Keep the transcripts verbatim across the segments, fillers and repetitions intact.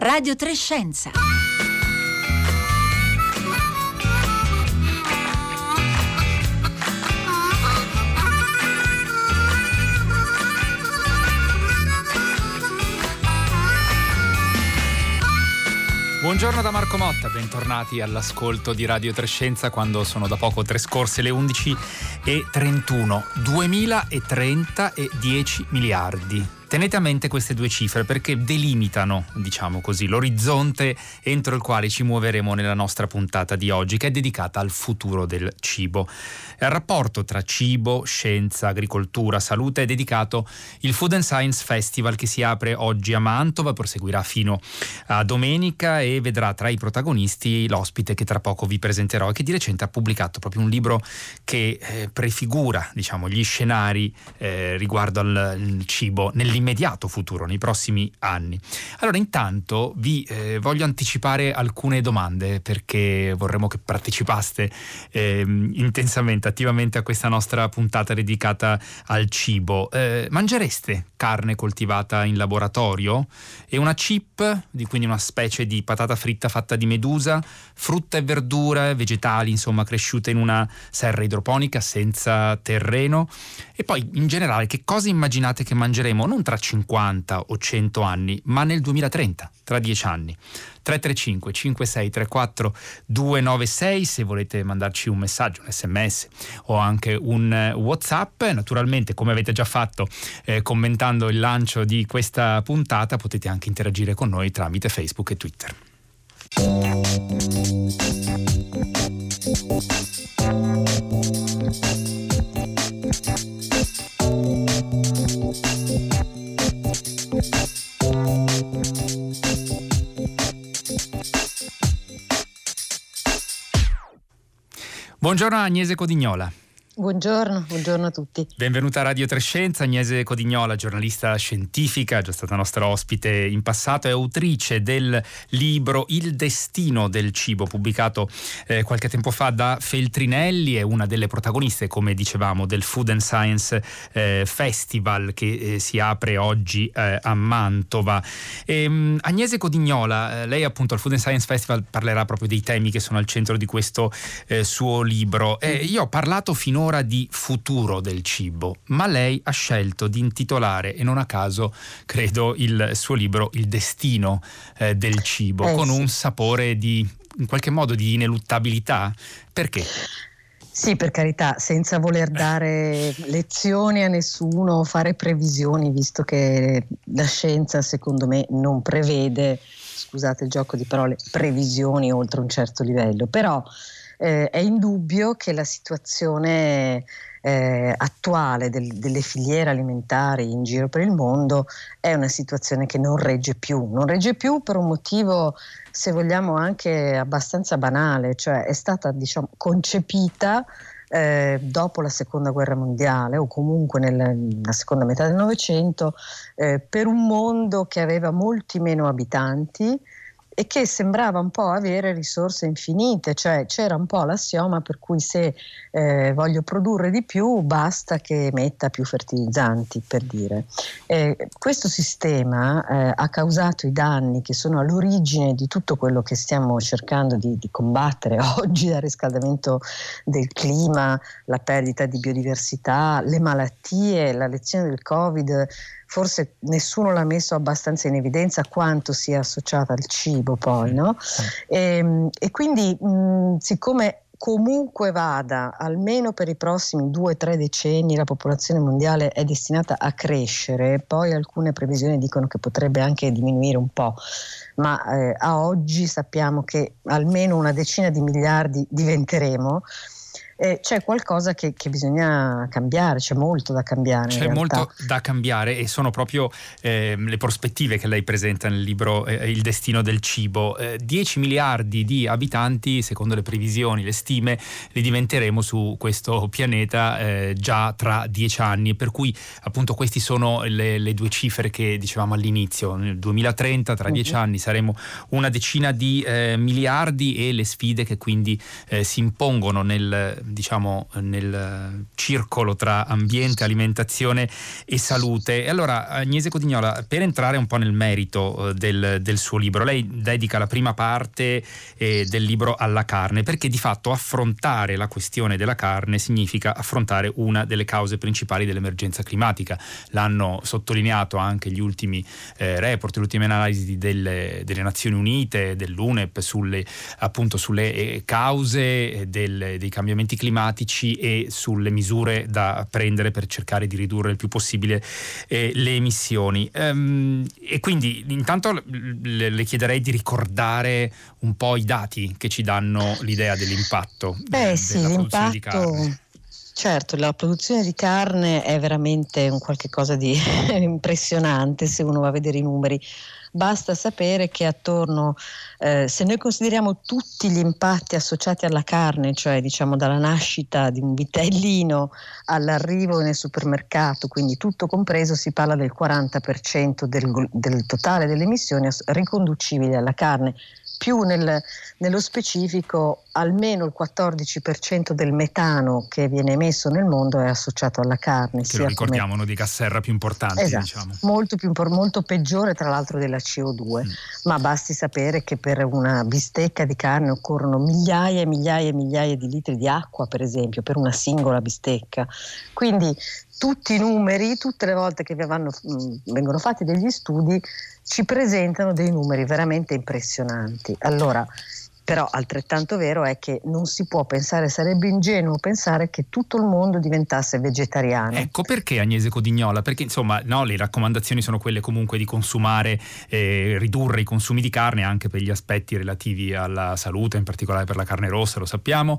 Radio tre Scienza. Buongiorno da Marco Motta, bentornati all'ascolto di Radio tre Scienza quando sono da poco trascorse le undici e trentuno. duemilatrenta e dieci miliardi. Tenete a mente queste due cifre perché delimitano, diciamo così, l'orizzonte entro il quale ci muoveremo nella nostra puntata di oggi, che è dedicata al futuro del cibo. Al rapporto tra cibo, scienza, agricoltura, salute è dedicato il Food and Science Festival, che si apre oggi a Mantova, proseguirà fino a domenica e vedrà tra i protagonisti l'ospite che tra poco vi presenterò e che di recente ha pubblicato proprio un libro che eh, prefigura, diciamo, gli scenari eh, riguardo al cibo nell'immediato immediato futuro, nei prossimi anni. Allora, intanto vi eh, voglio anticipare alcune domande perché vorremmo che partecipaste eh, intensamente, attivamente a questa nostra puntata dedicata al cibo. Eh, mangereste carne coltivata in laboratorio? E una chip, di quindi una specie di patata fritta fatta di medusa, frutta e verdure, vegetali, insomma, cresciute in una serra idroponica senza terreno? E poi, in generale, che cosa immaginate che mangeremo non tra cinquanta o cento anni, ma nel duemilatrenta, tra dieci anni? tre tre cinque cinque sei tre quattro due nove sei se volete mandarci un messaggio, un sms o anche un WhatsApp. Naturalmente, come avete già fatto eh, commentando il lancio di questa puntata, potete anche interagire con noi tramite Facebook e Twitter. Buongiorno Agnese Codignola. Buongiorno, buongiorno a tutti. Benvenuta a Radio tre Scienza. Agnese Codignola, giornalista scientifica, è già stata nostra ospite in passato, è autrice del libro Il destino del cibo, pubblicato eh, qualche tempo fa da Feltrinelli, è una delle protagoniste, come dicevamo, del Food and Science eh, Festival che eh, si apre oggi eh, a Mantova. E, um, Agnese Codignola, eh, lei appunto al Food and Science Festival parlerà proprio dei temi che sono al centro di questo eh, suo libro. Eh, io ho parlato finora di futuro del cibo, ma lei ha scelto di intitolare, e non a caso, credo, il suo libro Il destino eh, del cibo, eh, con sì. un sapore di, in qualche modo, di ineluttabilità. Perché? Sì, per carità, senza voler dare lezioni a nessuno, fare previsioni, visto che la scienza, secondo me, non prevede, scusate il gioco di parole, previsioni oltre un certo livello, però Eh, è indubbio che la situazione eh, attuale del, delle filiere alimentari in giro per il mondo è una situazione che non regge più, non regge più per un motivo, se vogliamo, anche abbastanza banale, cioè è stata, diciamo, concepita eh, dopo la seconda guerra mondiale o comunque nella, nella seconda metà del Novecento eh, per un mondo che aveva molti meno abitanti e che sembrava un po' avere risorse infinite, cioè c'era un po' l'assioma per cui se eh, voglio produrre di più basta che metta più fertilizzanti, per dire. Eh, questo sistema eh, ha causato i danni che sono all'origine di tutto quello che stiamo cercando di, di combattere oggi, dal riscaldamento del clima, la perdita di biodiversità, le malattie, la lezione del Covid. Forse nessuno l'ha messo abbastanza in evidenza quanto sia associata al cibo poi, no? E, e quindi mh, siccome comunque vada, almeno per i prossimi due o tre decenni la popolazione mondiale è destinata a crescere, poi alcune previsioni dicono che potrebbe anche diminuire un po', ma eh, a oggi sappiamo che almeno una decina di miliardi diventeremo. Eh, c'è qualcosa che, che bisogna cambiare, c'è molto da cambiare. C'è molto da cambiare e sono proprio eh, le prospettive che lei presenta nel libro eh, Il destino del cibo. Eh, dieci miliardi di abitanti, secondo le previsioni, le stime, li diventeremo su questo pianeta eh, già tra dieci anni, per cui appunto queste sono le, le due cifre che dicevamo all'inizio. Nel duemilatrenta, tra dieci uh-huh. anni, saremo una decina di eh, miliardi e le sfide che quindi eh, si impongono nel diciamo nel circolo tra ambiente, alimentazione e salute. E allora Agnese Codignola, per entrare un po' nel merito del, del suo libro, lei dedica la prima parte eh, del libro alla carne, perché di fatto affrontare la questione della carne significa affrontare una delle cause principali dell'emergenza climatica. L'hanno sottolineato anche gli ultimi eh, report, le ultime analisi delle, delle Nazioni Unite, dell'U N E P sulle, appunto sulle eh, cause del, dei cambiamenti climatici e sulle misure da prendere per cercare di ridurre il più possibile eh, le emissioni. Ehm, e quindi intanto le, le chiederei di ricordare un po' i dati che ci danno l'idea dell'impatto Beh, eh, sì, della l'impatto, produzione di carne. Certo, la produzione di carne è veramente un qualche cosa di impressionante se uno va a vedere i numeri. Basta sapere che attorno, eh, se noi consideriamo tutti gli impatti associati alla carne, cioè diciamo dalla nascita di un vitellino all'arrivo nel supermercato, quindi tutto compreso, si parla del quaranta per cento del, del totale delle emissioni riconducibili alla carne. Più nel, nello specifico, almeno il quattordici per cento del metano che viene emesso nel mondo è associato alla carne. Che lo ricordiamo, come... uno dei gas serra più importanti, esatto, diciamo. Molto, più, molto peggiore tra l'altro della C O due, mm. ma basti sapere che per una bistecca di carne occorrono migliaia e migliaia e migliaia di litri di acqua, per esempio, per una singola bistecca. Quindi tutti i numeri, tutte le volte che vanno, mh, vengono fatti degli studi, ci presentano dei numeri veramente impressionanti. Allora, però altrettanto vero è che non si può pensare, sarebbe ingenuo pensare che tutto il mondo diventasse vegetariano. Ecco perché, Agnese Codignola, perché insomma no, le raccomandazioni sono quelle comunque di consumare, eh, ridurre i consumi di carne anche per gli aspetti relativi alla salute, in particolare per la carne rossa, lo sappiamo,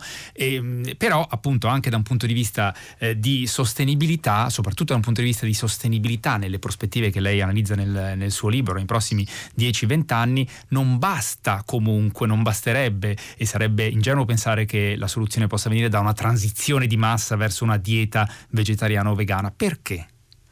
e, però appunto anche da un punto di vista eh, di sostenibilità, soprattutto da un punto di vista di sostenibilità nelle prospettive che lei analizza nel, nel suo libro, nei prossimi dieci venti anni, non basta comunque, non basterebbe e sarebbe ingenuo pensare che la soluzione possa venire da una transizione di massa verso una dieta vegetariana o vegana. Perché?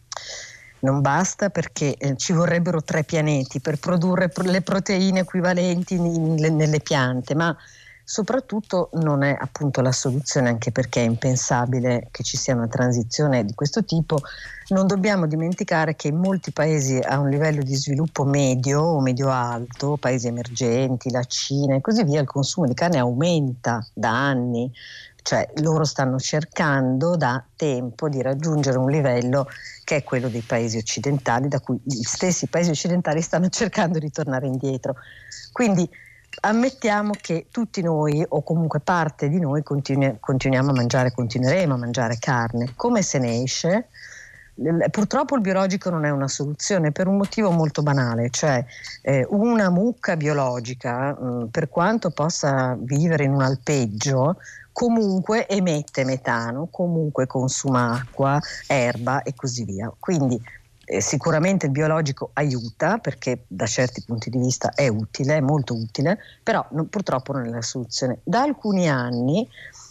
Non basta, perché eh, ci vorrebbero tre pianeti per produrre pro- le proteine equivalenti in, in, nelle piante, ma soprattutto non è appunto la soluzione, anche perché è impensabile che ci sia una transizione di questo tipo. Non dobbiamo dimenticare che in molti paesi a un livello di sviluppo medio o medio-alto, paesi emergenti, la Cina e così via, il consumo di carne aumenta da anni, cioè loro stanno cercando da tempo di raggiungere un livello che è quello dei paesi occidentali, da cui gli stessi paesi occidentali stanno cercando di tornare indietro. Quindi ammettiamo che tutti noi, o comunque parte di noi, continui, continuiamo a mangiare, continueremo a mangiare carne. Come se ne esce? Purtroppo il biologico non è una soluzione per un motivo molto banale, cioè eh, una mucca biologica, mh, per quanto possa vivere in un alpeggio, comunque emette metano, comunque consuma acqua, erba e così via. Quindi eh, sicuramente il biologico aiuta, perché da certi punti di vista è utile, è molto utile, però non, purtroppo non è la soluzione. Da alcuni anni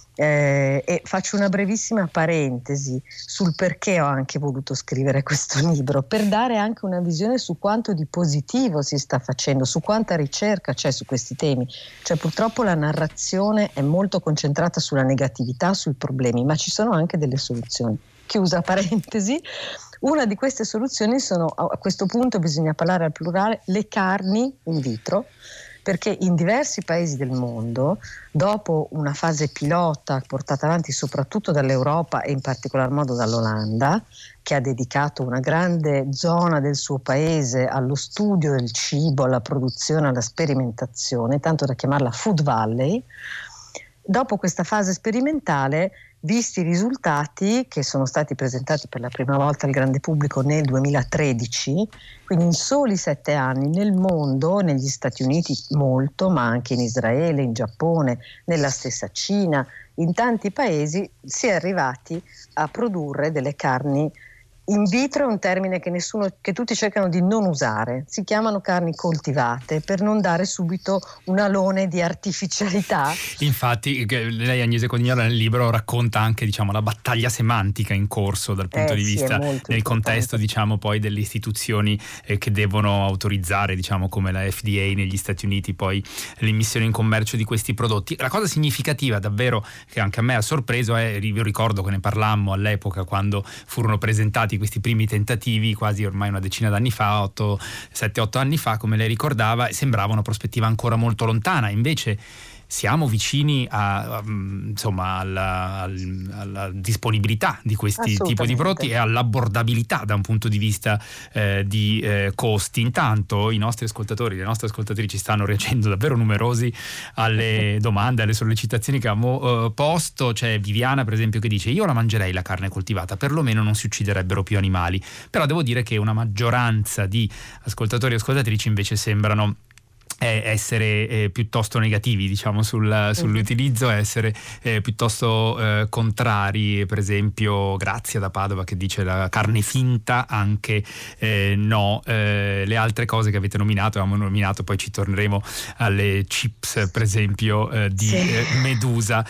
Eh, e faccio una brevissima parentesi sul perché ho anche voluto scrivere questo libro, per dare anche una visione su quanto di positivo si sta facendo, su quanta ricerca c'è su questi temi. Cioè purtroppo la narrazione è molto concentrata sulla negatività, sui problemi, ma ci sono anche delle soluzioni. Chiusa parentesi. Una di queste soluzioni sono, a questo punto bisogna parlare al plurale, le carni in vitro, perché in diversi paesi del mondo, dopo una fase pilota portata avanti soprattutto dall'Europa e in particolar modo dall'Olanda, che ha dedicato una grande zona del suo paese allo studio del cibo, alla produzione, alla sperimentazione, tanto da chiamarla Food Valley, dopo questa fase sperimentale, visti i risultati che sono stati presentati per la prima volta al grande pubblico nel duemilatredici, quindi in soli sette anni nel mondo, negli Stati Uniti molto, ma anche in Israele, in Giappone, nella stessa Cina, in tanti paesi si è arrivati a produrre delle carni In vitro è un termine che nessuno, che tutti cercano di non usare, si chiamano carni coltivate per non dare subito un alone di artificialità. Infatti lei, Agnese Codignola, nel libro racconta anche, diciamo, la battaglia semantica in corso dal punto eh, di sì, vista nel importante. contesto, diciamo, poi delle istituzioni eh, che devono autorizzare, diciamo, come la F D A negli Stati Uniti, poi l'immissione in commercio di questi prodotti. La cosa significativa davvero che anche a me ha sorpreso è, io ricordo che ne parlammo all'epoca quando furono presentati questi primi tentativi, quasi ormai una decina d'anni fa, sette otto anni fa, come lei ricordava, sembrava una prospettiva ancora molto lontana. Invece siamo vicini a, a, insomma, alla, alla disponibilità di questi tipi di prodotti e all'abbordabilità da un punto di vista eh, di eh, costi. Intanto i nostri ascoltatori, le nostre ascoltatrici stanno reagendo davvero numerosi alle domande, alle sollecitazioni che abbiamo eh, posto. C'è Viviana, per esempio, che dice: io la mangerei la carne coltivata, perlomeno non si ucciderebbero più animali. Però devo dire che una maggioranza di ascoltatori e ascoltatrici invece sembrano essere eh, piuttosto negativi, diciamo, sul, sull'utilizzo, essere eh, piuttosto eh, contrari. Per esempio Grazia da Padova che dice la carne finta anche eh, no. Eh, le altre cose che avete nominato, abbiamo nominato, poi ci torneremo alle chips, per esempio eh, di sì. eh, Medusa.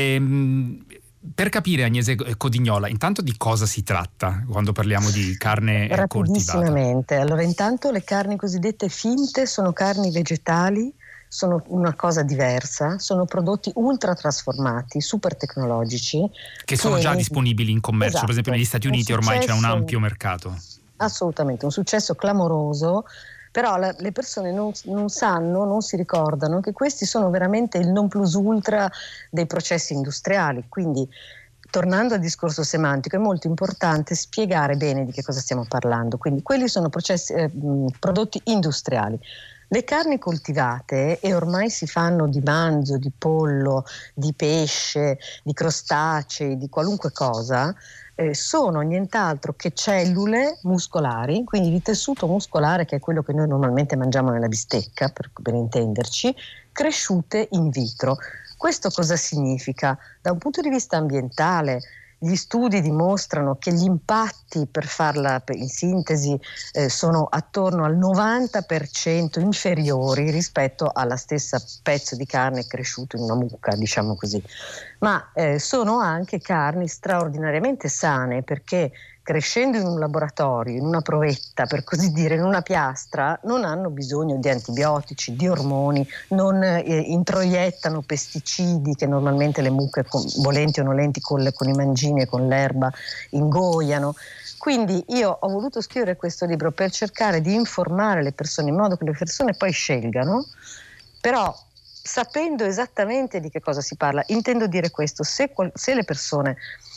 E, per capire, Agnese Codignola, intanto di cosa si tratta quando parliamo di carne coltivata? Rapidissimamente. Allora, intanto le carni cosiddette finte sono carni vegetali, sono una cosa diversa, sono prodotti ultra trasformati, super tecnologici. Che sono già disponibili in commercio, esatto. Per esempio negli Stati Uniti ormai c'è un ampio mercato. Assolutamente, un successo clamoroso. Però la, le persone non, non sanno, non si ricordano che questi sono veramente il non plus ultra dei processi industriali. Quindi, tornando al discorso semantico, è molto importante spiegare bene di che cosa stiamo parlando. Quindi quelli sono processi, eh, prodotti industriali. Le carni coltivate, e ormai si fanno di manzo, di pollo, di pesce, di crostacei, di qualunque cosa, Eh, sono nient'altro che cellule muscolari, quindi di tessuto muscolare, che è quello che noi normalmente mangiamo nella bistecca, per, per intenderci, cresciute in vitro. Questo cosa significa? Da un punto di vista ambientale, gli studi dimostrano che gli impatti, per farla in sintesi, eh, sono attorno al novanta per cento inferiori rispetto alla stessa pezzo di carne cresciuto in una mucca, diciamo così. Ma eh, sono anche carni straordinariamente sane, perché crescendo in un laboratorio, in una provetta, per così dire, in una piastra, non hanno bisogno di antibiotici, di ormoni, non eh, introiettano pesticidi che normalmente le mucche, con, volenti o nolenti, con, le, con i mangimi e con l'erba ingoiano. Quindi io ho voluto scrivere questo libro per cercare di informare le persone in modo che le persone poi scelgano, però sapendo esattamente di che cosa si parla. Intendo dire questo: se, se le persone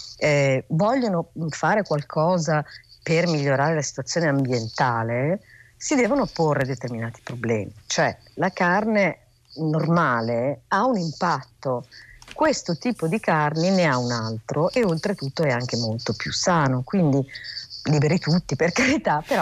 Eh, vogliono fare qualcosa per migliorare la situazione ambientale, si devono porre determinati problemi. Cioè, la carne normale ha un impatto, questo tipo di carni ne ha un altro, e oltretutto è anche molto più sano. Quindi liberi tutti, per carità, però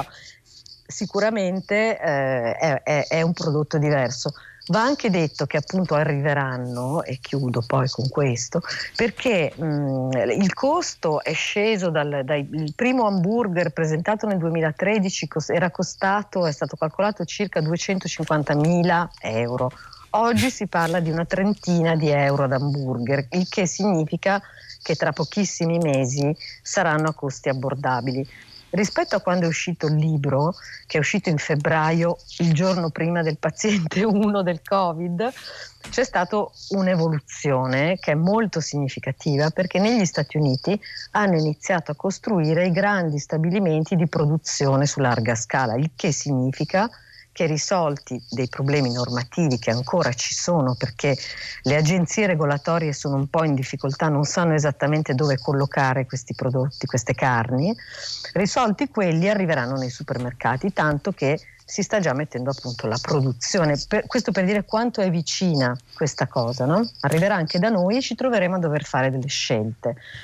sicuramente eh, è, è, è un prodotto diverso. Va anche detto che appunto arriveranno, e chiudo poi con questo, perché mh, il costo è sceso dal, dai, il primo hamburger presentato nel duemilatredici cos- era costato, è stato calcolato circa duecentocinquantamila euro. Oggi si parla di una trentina di euro ad hamburger, il che significa che tra pochissimi mesi saranno a costi abbordabili. Rispetto a quando è uscito il libro, che è uscito in febbraio, il giorno prima del paziente uno del Covid, c'è stata un'evoluzione che è molto significativa, perché negli Stati Uniti hanno iniziato a costruire i grandi stabilimenti di produzione su larga scala, il che significa che, risolti dei problemi normativi che ancora ci sono, perché le agenzie regolatorie sono un po' in difficoltà, non sanno esattamente dove collocare questi prodotti, queste carni, risolti quelli, arriveranno nei supermercati, tanto che si sta già mettendo a punto la produzione. Per, questo per dire quanto è vicina questa cosa, no? Arriverà anche da noi e ci troveremo a dover fare delle scelte.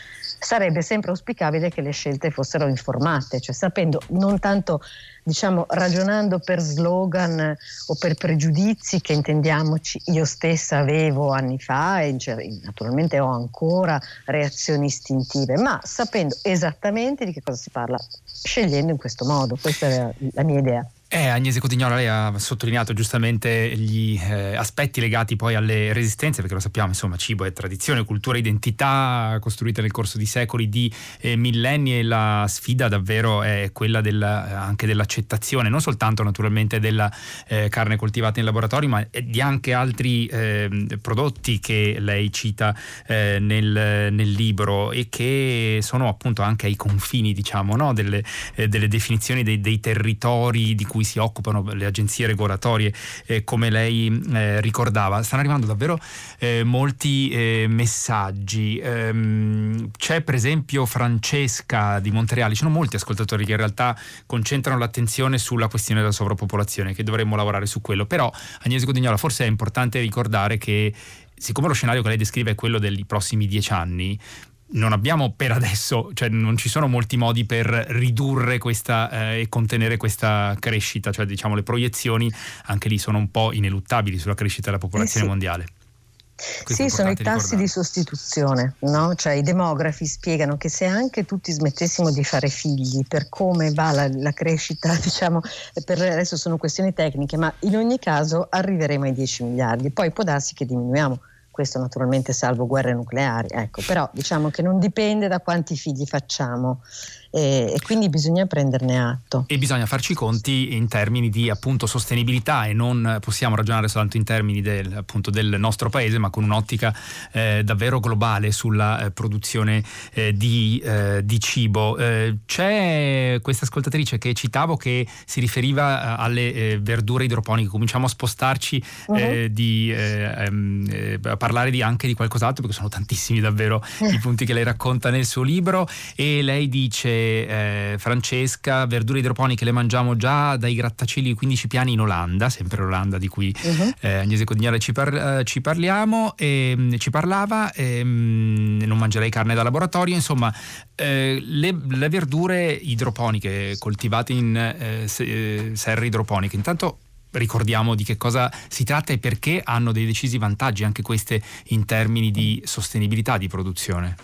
sarebbe sempre auspicabile che le scelte fossero informate, cioè sapendo, non tanto diciamo ragionando per slogan o per pregiudizi che, intendiamoci, io stessa avevo anni fa e naturalmente ho ancora reazioni istintive, ma sapendo esattamente di che cosa si parla, scegliendo in questo modo. Questa è la mia idea. Eh, Agnese Cotignola, lei ha sottolineato giustamente gli eh, aspetti legati poi alle resistenze, perché lo sappiamo, insomma, cibo è tradizione, cultura, identità costruite nel corso di secoli, di eh, millenni, e la sfida davvero è quella del, anche dell'accettazione, non soltanto naturalmente della eh, carne coltivata in laboratorio, ma di anche altri eh, prodotti che lei cita eh, nel, nel libro, e che sono appunto anche ai confini, diciamo, no? delle, eh, delle definizioni dei, dei territori di cui si occupano le agenzie regolatorie, eh, come lei eh, ricordava. Stanno arrivando davvero eh, molti eh, messaggi. Ehm, c'è per esempio Francesca di Montereali, ci sono molti ascoltatori che in realtà concentrano l'attenzione sulla questione della sovrappopolazione, che dovremmo lavorare su quello, però Agnese Cotignola, forse è importante ricordare che, siccome lo scenario che lei descrive è quello dei prossimi dieci anni, non abbiamo per adesso, cioè non ci sono molti modi per ridurre questa eh, e contenere questa crescita, cioè diciamo le proiezioni anche lì sono un po' ineluttabili sulla crescita della popolazione eh sì. mondiale. Questo sì, sono i tassi ricordare. Di sostituzione, no? Cioè i demografi spiegano che se anche tutti smettessimo di fare figli, per come va la, la crescita, diciamo, per adesso sono questioni tecniche, ma in ogni caso arriveremo ai dieci miliardi, poi può darsi che diminuiamo. Questo naturalmente salvo guerre nucleari, ecco, però diciamo che non dipende da quanti figli facciamo e, e quindi bisogna prenderne atto. E bisogna farci i conti in termini di appunto sostenibilità, e non possiamo ragionare soltanto in termini del, appunto, del nostro paese, ma con un'ottica eh, davvero globale sulla eh, produzione eh, di, eh, di cibo. Eh, c'è questa ascoltatrice che citavo che si riferiva alle eh, verdure idroponiche. Cominciamo a spostarci uh-huh. eh, di eh, eh, parlare di, anche di qualcos'altro, perché sono tantissimi davvero i punti che lei racconta nel suo libro, e lei dice eh, Francesca, verdure idroponiche le mangiamo già dai grattacieli di quindici piani in Olanda, sempre l'Olanda di cui uh-huh. eh, Agnese Cotignola ci, par- ci parliamo e ci parlava, e, mh, non mangerei carne da laboratorio, insomma eh, le, le verdure idroponiche coltivate in eh, serre idroponiche, intanto ricordiamo di che cosa si tratta e perché hanno dei decisi vantaggi anche queste in termini di sostenibilità di produzione.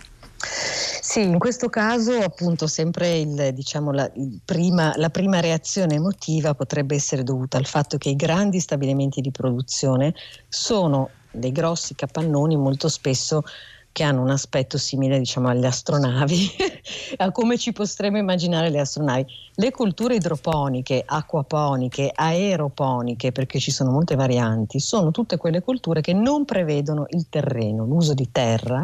Sì, in questo caso appunto sempre il, diciamo, la, il prima, la prima reazione emotiva potrebbe essere dovuta al fatto che i grandi stabilimenti di produzione sono dei grossi capannoni molto spesso che hanno un aspetto simile, diciamo, alle astronavi, a come ci potremmo immaginare le astronavi. Le culture idroponiche, acquaponiche, aeroponiche, perché ci sono molte varianti, sono tutte quelle culture che non prevedono il terreno, l'uso di terra,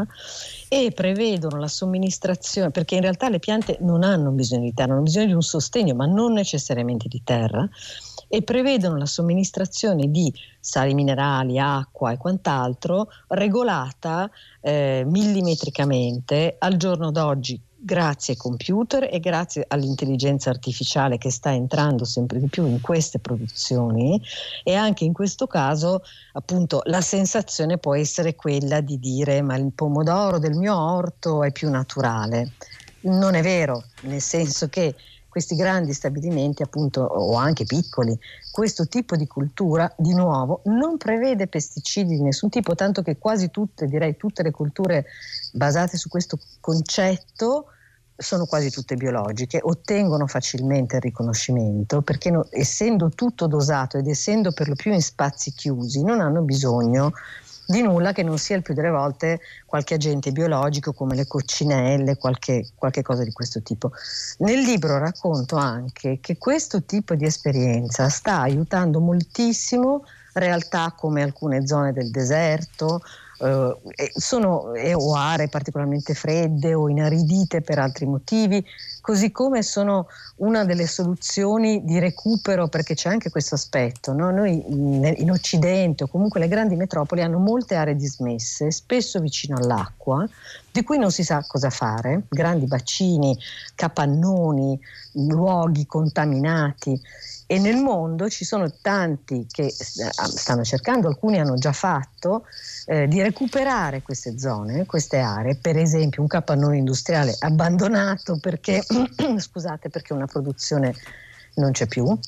e prevedono la somministrazione, perché in realtà le piante non hanno bisogno di terra, hanno bisogno di un sostegno, ma non necessariamente di terra, e prevedono la somministrazione di sali minerali, acqua e quant'altro regolata eh, millimetricamente al giorno d'oggi, grazie ai computer e grazie all'intelligenza artificiale che sta entrando sempre di più in queste produzioni. E anche in questo caso appunto la sensazione può essere quella di dire ma il pomodoro del mio orto è più naturale. Non è vero, nel senso che questi grandi stabilimenti, appunto, o anche piccoli, questo tipo di cultura, di nuovo, non prevede pesticidi di nessun tipo, tanto che quasi tutte, direi tutte le culture basate su questo concetto sono quasi tutte biologiche, ottengono facilmente il riconoscimento, perché no, essendo tutto dosato ed essendo per lo più in spazi chiusi, non hanno bisogno di nulla che non sia il più delle volte qualche agente biologico come le coccinelle, qualche, qualche cosa di questo tipo. Nel libro racconto anche che questo tipo di esperienza sta aiutando moltissimo realtà come alcune zone del deserto, Uh, sono eh, o aree particolarmente fredde o inaridite per altri motivi, così come sono una delle soluzioni di recupero, perché c'è anche questo aspetto, no? Noi in, in Occidente o comunque le grandi metropoli hanno molte aree dismesse, spesso vicino all'acqua, di cui non si sa cosa fare, grandi bacini, capannoni, luoghi contaminati. E nel mondo ci sono tanti che stanno cercando, alcuni hanno già fatto, eh, di recuperare queste zone, queste aree, per esempio un capannone industriale abbandonato perché, scusate, perché una produzione non c'è più,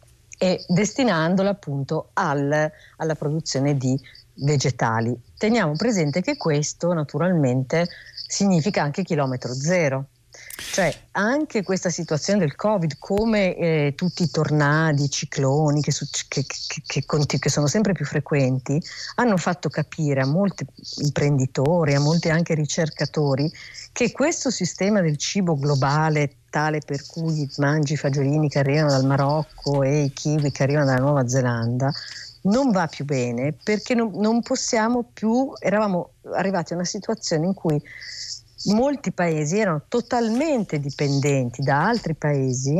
e destinandola appunto al, alla produzione di vegetali. Teniamo presente che questo naturalmente significa anche chilometro zero. Cioè anche questa situazione del Covid, come eh, tutti i tornadi, cicloni che, che, che, che, che sono sempre più frequenti, hanno fatto capire a molti imprenditori, a molti anche ricercatori, che questo sistema del cibo globale, tale per cui mangi i fagiolini che arrivano dal Marocco e i kiwi che arrivano dalla Nuova Zelanda, non va più bene, perché non, non possiamo più, eravamo arrivati a una situazione in cui molti paesi erano totalmente dipendenti da altri paesi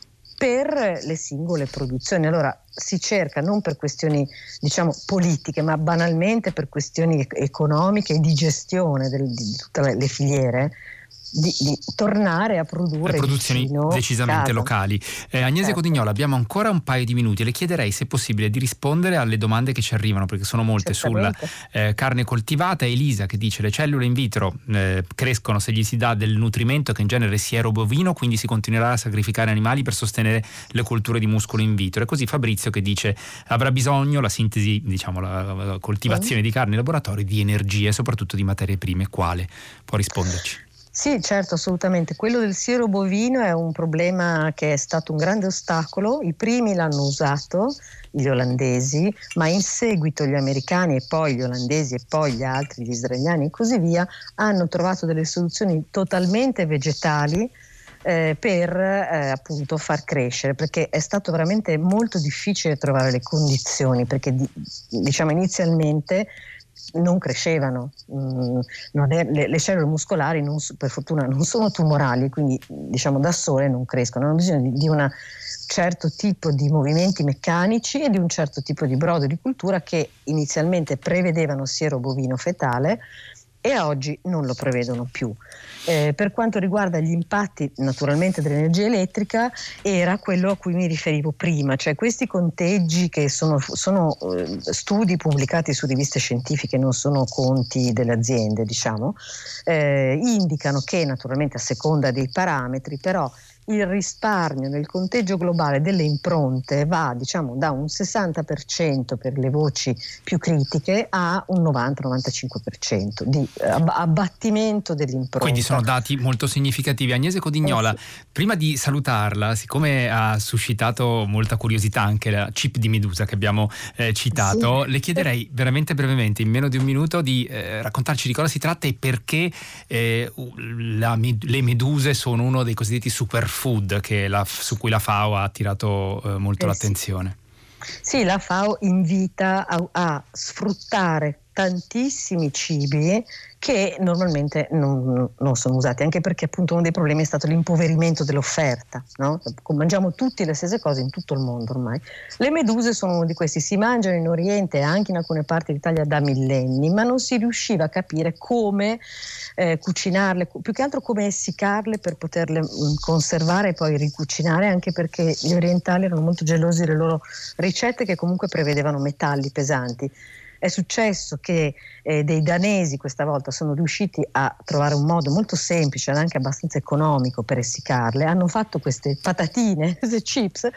per le singole produzioni. Allora si cerca, non per questioni diciamo politiche, ma banalmente per questioni economiche e di gestione del, di tutte le filiere, Di, di tornare a produrre le produzioni decisamente casa. locali. Eh, Agnese certo. Codignola, abbiamo ancora un paio di minuti. Le chiederei se è possibile di rispondere alle domande che ci arrivano, perché sono molte, sulla eh, carne coltivata. Elisa che dice: le cellule in vitro eh, crescono se gli si dà del nutrimento che in genere siero bovino, quindi si continuerà a sacrificare animali per sostenere le colture di muscolo in vitro. E così Fabrizio che dice: avrà bisogno la sintesi, diciamo la, la coltivazione mm. di carne in laboratorio di energie, soprattutto di materie prime. Quale? Può risponderci? Sì, certo, assolutamente. Quello del siero bovino è un problema che è stato un grande ostacolo. I primi l'hanno usato, gli olandesi, ma in seguito gli americani e poi gli olandesi e poi gli altri, gli israeliani e così via, hanno trovato delle soluzioni totalmente vegetali eh, per eh, appunto far crescere, perché è stato veramente molto difficile trovare le condizioni, perché di, diciamo inizialmente non crescevano, mm, non è, le, le cellule muscolari non, per fortuna non sono tumorali, quindi diciamo da sole non crescono, hanno bisogno di, di un certo tipo di movimenti meccanici e di un certo tipo di brodo di cultura che inizialmente prevedevano siero bovino fetale e oggi non lo prevedono più. Eh, per quanto riguarda gli impatti naturalmente dell'energia elettrica, era quello a cui mi riferivo prima, cioè questi conteggi che sono, sono eh, studi pubblicati su riviste scientifiche, non sono conti delle aziende, diciamo, eh, indicano che naturalmente a seconda dei parametri, però il risparmio nel conteggio globale delle impronte va diciamo da un sessanta per cento per le voci più critiche a un novanta novantacinque per cento di abbattimento dell'impronta. Quindi sono dati molto significativi. Agnese Codignola, eh sì. prima di salutarla, siccome ha suscitato molta curiosità anche la chip di Medusa che abbiamo eh, citato, sì. le chiederei veramente brevemente, in meno di un minuto, di eh, raccontarci di cosa si tratta e perché eh, la, le meduse sono uno dei cosiddetti superfood food che la, su cui la FAO ha attirato eh, molto eh l'attenzione. Sì. sì, la FAO invita a, a sfruttare tantissimi cibi che normalmente non, non sono usati, anche perché appunto uno dei problemi è stato l'impoverimento dell'offerta, no? Mangiamo tutti le stesse cose in tutto il mondo ormai. Le meduse sono uno di questi, si mangiano in Oriente e anche in alcune parti d'Italia da millenni, ma non si riusciva a capire come eh, cucinarle, più che altro come essiccarle per poterle mh, conservare e poi ricucinare, anche perché gli orientali erano molto gelosi delle loro ricette che comunque prevedevano metalli pesanti. È successo che eh, dei danesi questa volta sono riusciti a trovare un modo molto semplice e anche abbastanza economico per essiccarle, hanno fatto queste patatine, queste chips,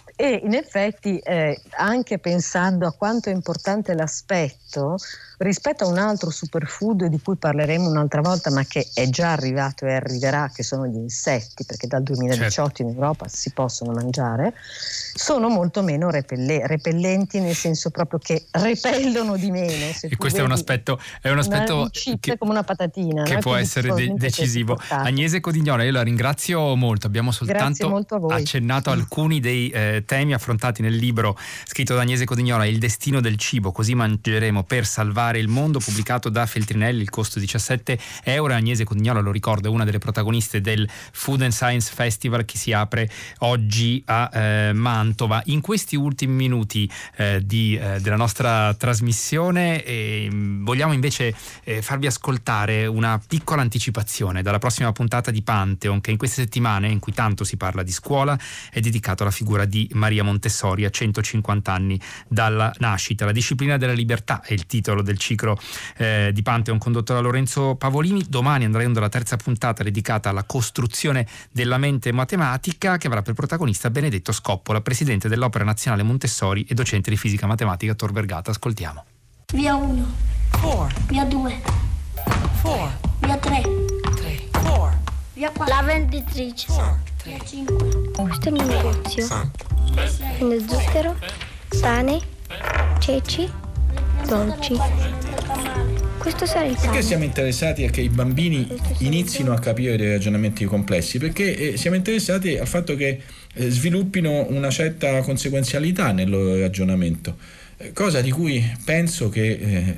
e in effetti eh, anche pensando a quanto è importante l'aspetto rispetto a un altro superfood di cui parleremo un'altra volta, ma che è già arrivato e arriverà, che sono gli insetti, perché dal duemiladiciotto certo. in Europa si possono mangiare, sono molto meno repelle- repellenti, nel senso proprio che repellono di meno. Se e questo è un aspetto, è un aspetto una, un chip che, come una patatina, che no? può essere de- decisivo. Agnese Codignola, io la ringrazio molto, abbiamo soltanto accennato alcuni dei eh, temi affrontati nel libro scritto da Agnese Codignola, Il destino del cibo, così mangeremo per salvare il mondo, pubblicato da Feltrinelli, il costo diciassette euro. Agnese Codignola, lo ricordo, è una delle protagoniste del Food and Science Festival che si apre oggi a eh, Mantova. In questi ultimi minuti eh, di, eh, della nostra trasmissione eh, vogliamo invece eh, farvi ascoltare una piccola anticipazione dalla prossima puntata di Pantheon, che in queste settimane in cui tanto si parla di scuola è dedicato alla figura di Maria Montessori a centocinquanta anni dalla nascita. La disciplina della libertà è il titolo del ciclo eh, di Pantheon condotto da Lorenzo Pavolini. Domani andrà in onda la terza puntata dedicata alla costruzione della mente matematica, che avrà per protagonista Benedetto Scoppola, presidente dell'Opera Nazionale Montessori e docente di fisica matematica a Tor Vergata. Ascoltiamo. Via uno. Four. Via due. Four. Via tre. Three. Four. Via quattro. La venditrice. Four. Via Three. cinque. Questo è il mio negozio. Prendo zucchero, pane, ceci, dolci. Questo sarà il Perché pane. siamo interessati a che i bambini inizino a capire dei ragionamenti complessi? Perché eh, siamo interessati al fatto che eh, sviluppino una certa conseguenzialità nel loro ragionamento, eh, cosa di cui penso che eh,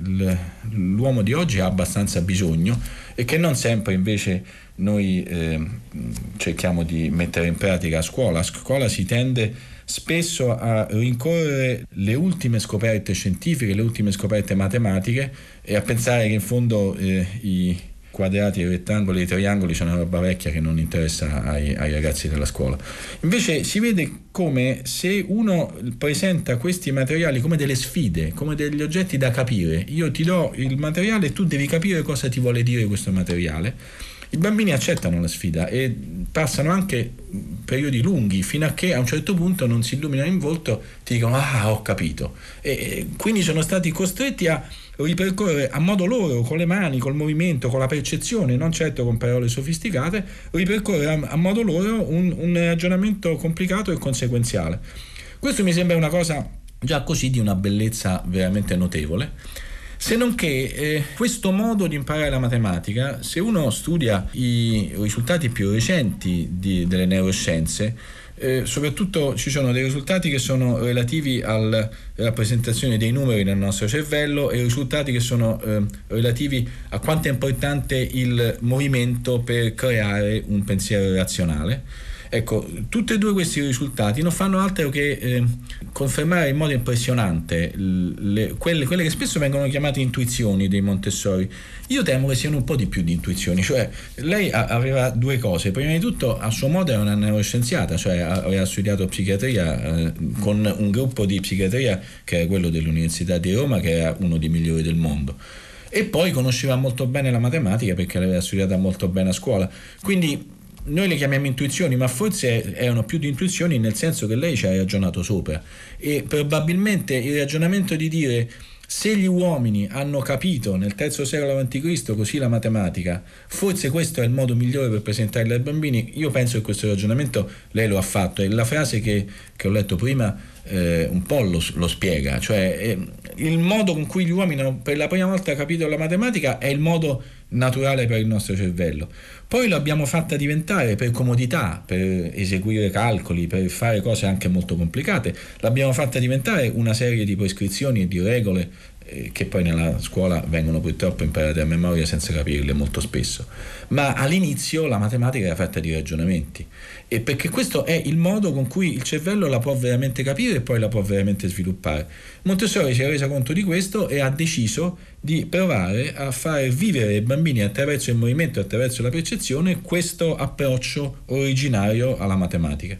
l'uomo di oggi ha abbastanza bisogno e che non sempre invece noi eh, cerchiamo di mettere in pratica a scuola. A scuola si tende spesso a rincorrere le ultime scoperte scientifiche, le ultime scoperte matematiche e a pensare che in fondo eh, i quadrati, i rettangoli, i triangoli sono una roba vecchia che non interessa ai, ai ragazzi della scuola. Invece si vede come se uno presenta questi materiali come delle sfide, come degli oggetti da capire. Io ti do il materiale e tu devi capire cosa ti vuole dire questo materiale. I bambini accettano la sfida e passano anche periodi lunghi fino a che a un certo punto non si illuminano in volto, ti dicono ah ho capito, e quindi sono stati costretti a ripercorrere a modo loro, con le mani, col movimento, con la percezione, non certo con parole sofisticate, ripercorrere a, a modo loro un, un ragionamento complicato e conseguenziale. Questo mi sembra una cosa già così di una bellezza veramente notevole. Se non che eh, questo modo di imparare la matematica, se uno studia i risultati più recenti di, delle neuroscienze, eh, soprattutto ci sono dei risultati che sono relativi alla rappresentazione dei numeri nel nostro cervello e risultati che sono eh, relativi a quanto è importante il movimento per creare un pensiero razionale. Ecco, tutti e due questi risultati non fanno altro che eh, confermare in modo impressionante le, quelle, quelle che spesso vengono chiamate intuizioni dei Montessori. Io temo che siano un po' di più di intuizioni, cioè lei a, aveva due cose. Prima di tutto, a suo modo era una neuroscienziata, cioè aveva studiato psichiatria eh, con un gruppo di psichiatria che era quello dell'Università di Roma, che era uno dei migliori del mondo. E poi conosceva molto bene la matematica perché l'aveva studiata molto bene a scuola. Quindi noi le chiamiamo intuizioni, ma forse erano più di intuizioni nel senso che lei ci ha ragionato sopra, e probabilmente il ragionamento di dire se gli uomini hanno capito nel terzo secolo avanti Cristo così la matematica, forse questo è il modo migliore per presentarla ai bambini. Io penso che questo ragionamento lei lo ha fatto, e la frase che, che ho letto prima eh, un po' lo, lo spiega, cioè eh, il modo con cui gli uomini hanno per la prima volta capito la matematica è il modo naturale per il nostro cervello. Poi lo abbiamo fatta diventare per comodità, per eseguire calcoli, per fare cose anche molto complicate, l'abbiamo fatta diventare una serie di prescrizioni e di regole eh, che poi nella scuola vengono purtroppo imparate a memoria senza capirle molto spesso. Ma all'inizio la matematica era fatta di ragionamenti, e perché questo è il modo con cui il cervello la può veramente capire e poi la può veramente sviluppare. Montessori si è resa conto di questo e ha deciso di provare a far vivere ai bambini attraverso il movimento e attraverso la percezione questo approccio originario alla matematica.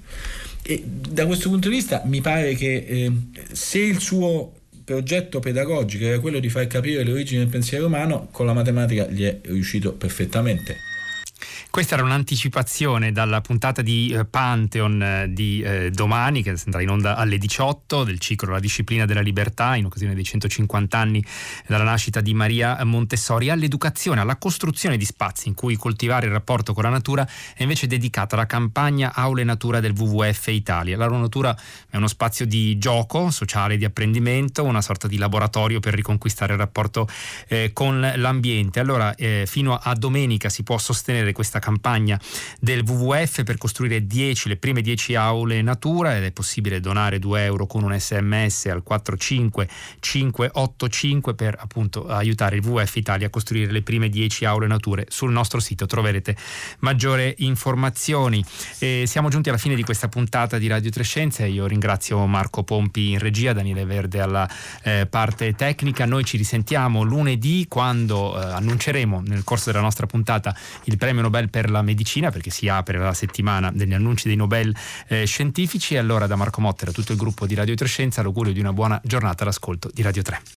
E da questo punto di vista mi pare che eh, se il suo progetto pedagogico era quello di far capire le origini del pensiero umano, con la matematica gli è riuscito perfettamente. Questa era un'anticipazione dalla puntata di eh, Pantheon eh, di eh, domani, che andrà in onda alle diciotto, del ciclo La disciplina della libertà, in occasione dei centocinquanta anni dalla nascita di Maria Montessori. All'educazione, alla costruzione di spazi in cui coltivare il rapporto con la natura è invece dedicata la campagna Aule Natura del W W F Italia. L'Aula Natura è uno spazio di gioco sociale, di apprendimento, una sorta di laboratorio per riconquistare il rapporto eh, con l'ambiente. Allora, eh, fino a domenica si può sostenere questa campagna del W W F per costruire dieci, le prime dieci aule natura, ed è possibile donare due euro con un sms al quattro cinque cinque otto cinque per appunto aiutare il W W F Italia a costruire le prime dieci aule nature. Sul nostro sito troverete maggiori informazioni. E siamo giunti alla fine di questa puntata di Radio Tre Scienze. Io ringrazio Marco Pompi in regia, Daniele Verde alla eh, parte tecnica. Noi ci risentiamo lunedì, quando eh, annunceremo nel corso della nostra puntata il premio Nobel per la medicina, perché si apre la settimana degli annunci dei Nobel eh, scientifici. E allora, da Marco Motta e da tutto il gruppo di Radio Tre Scienze, l'augurio di una buona giornata all'ascolto di Radio tre.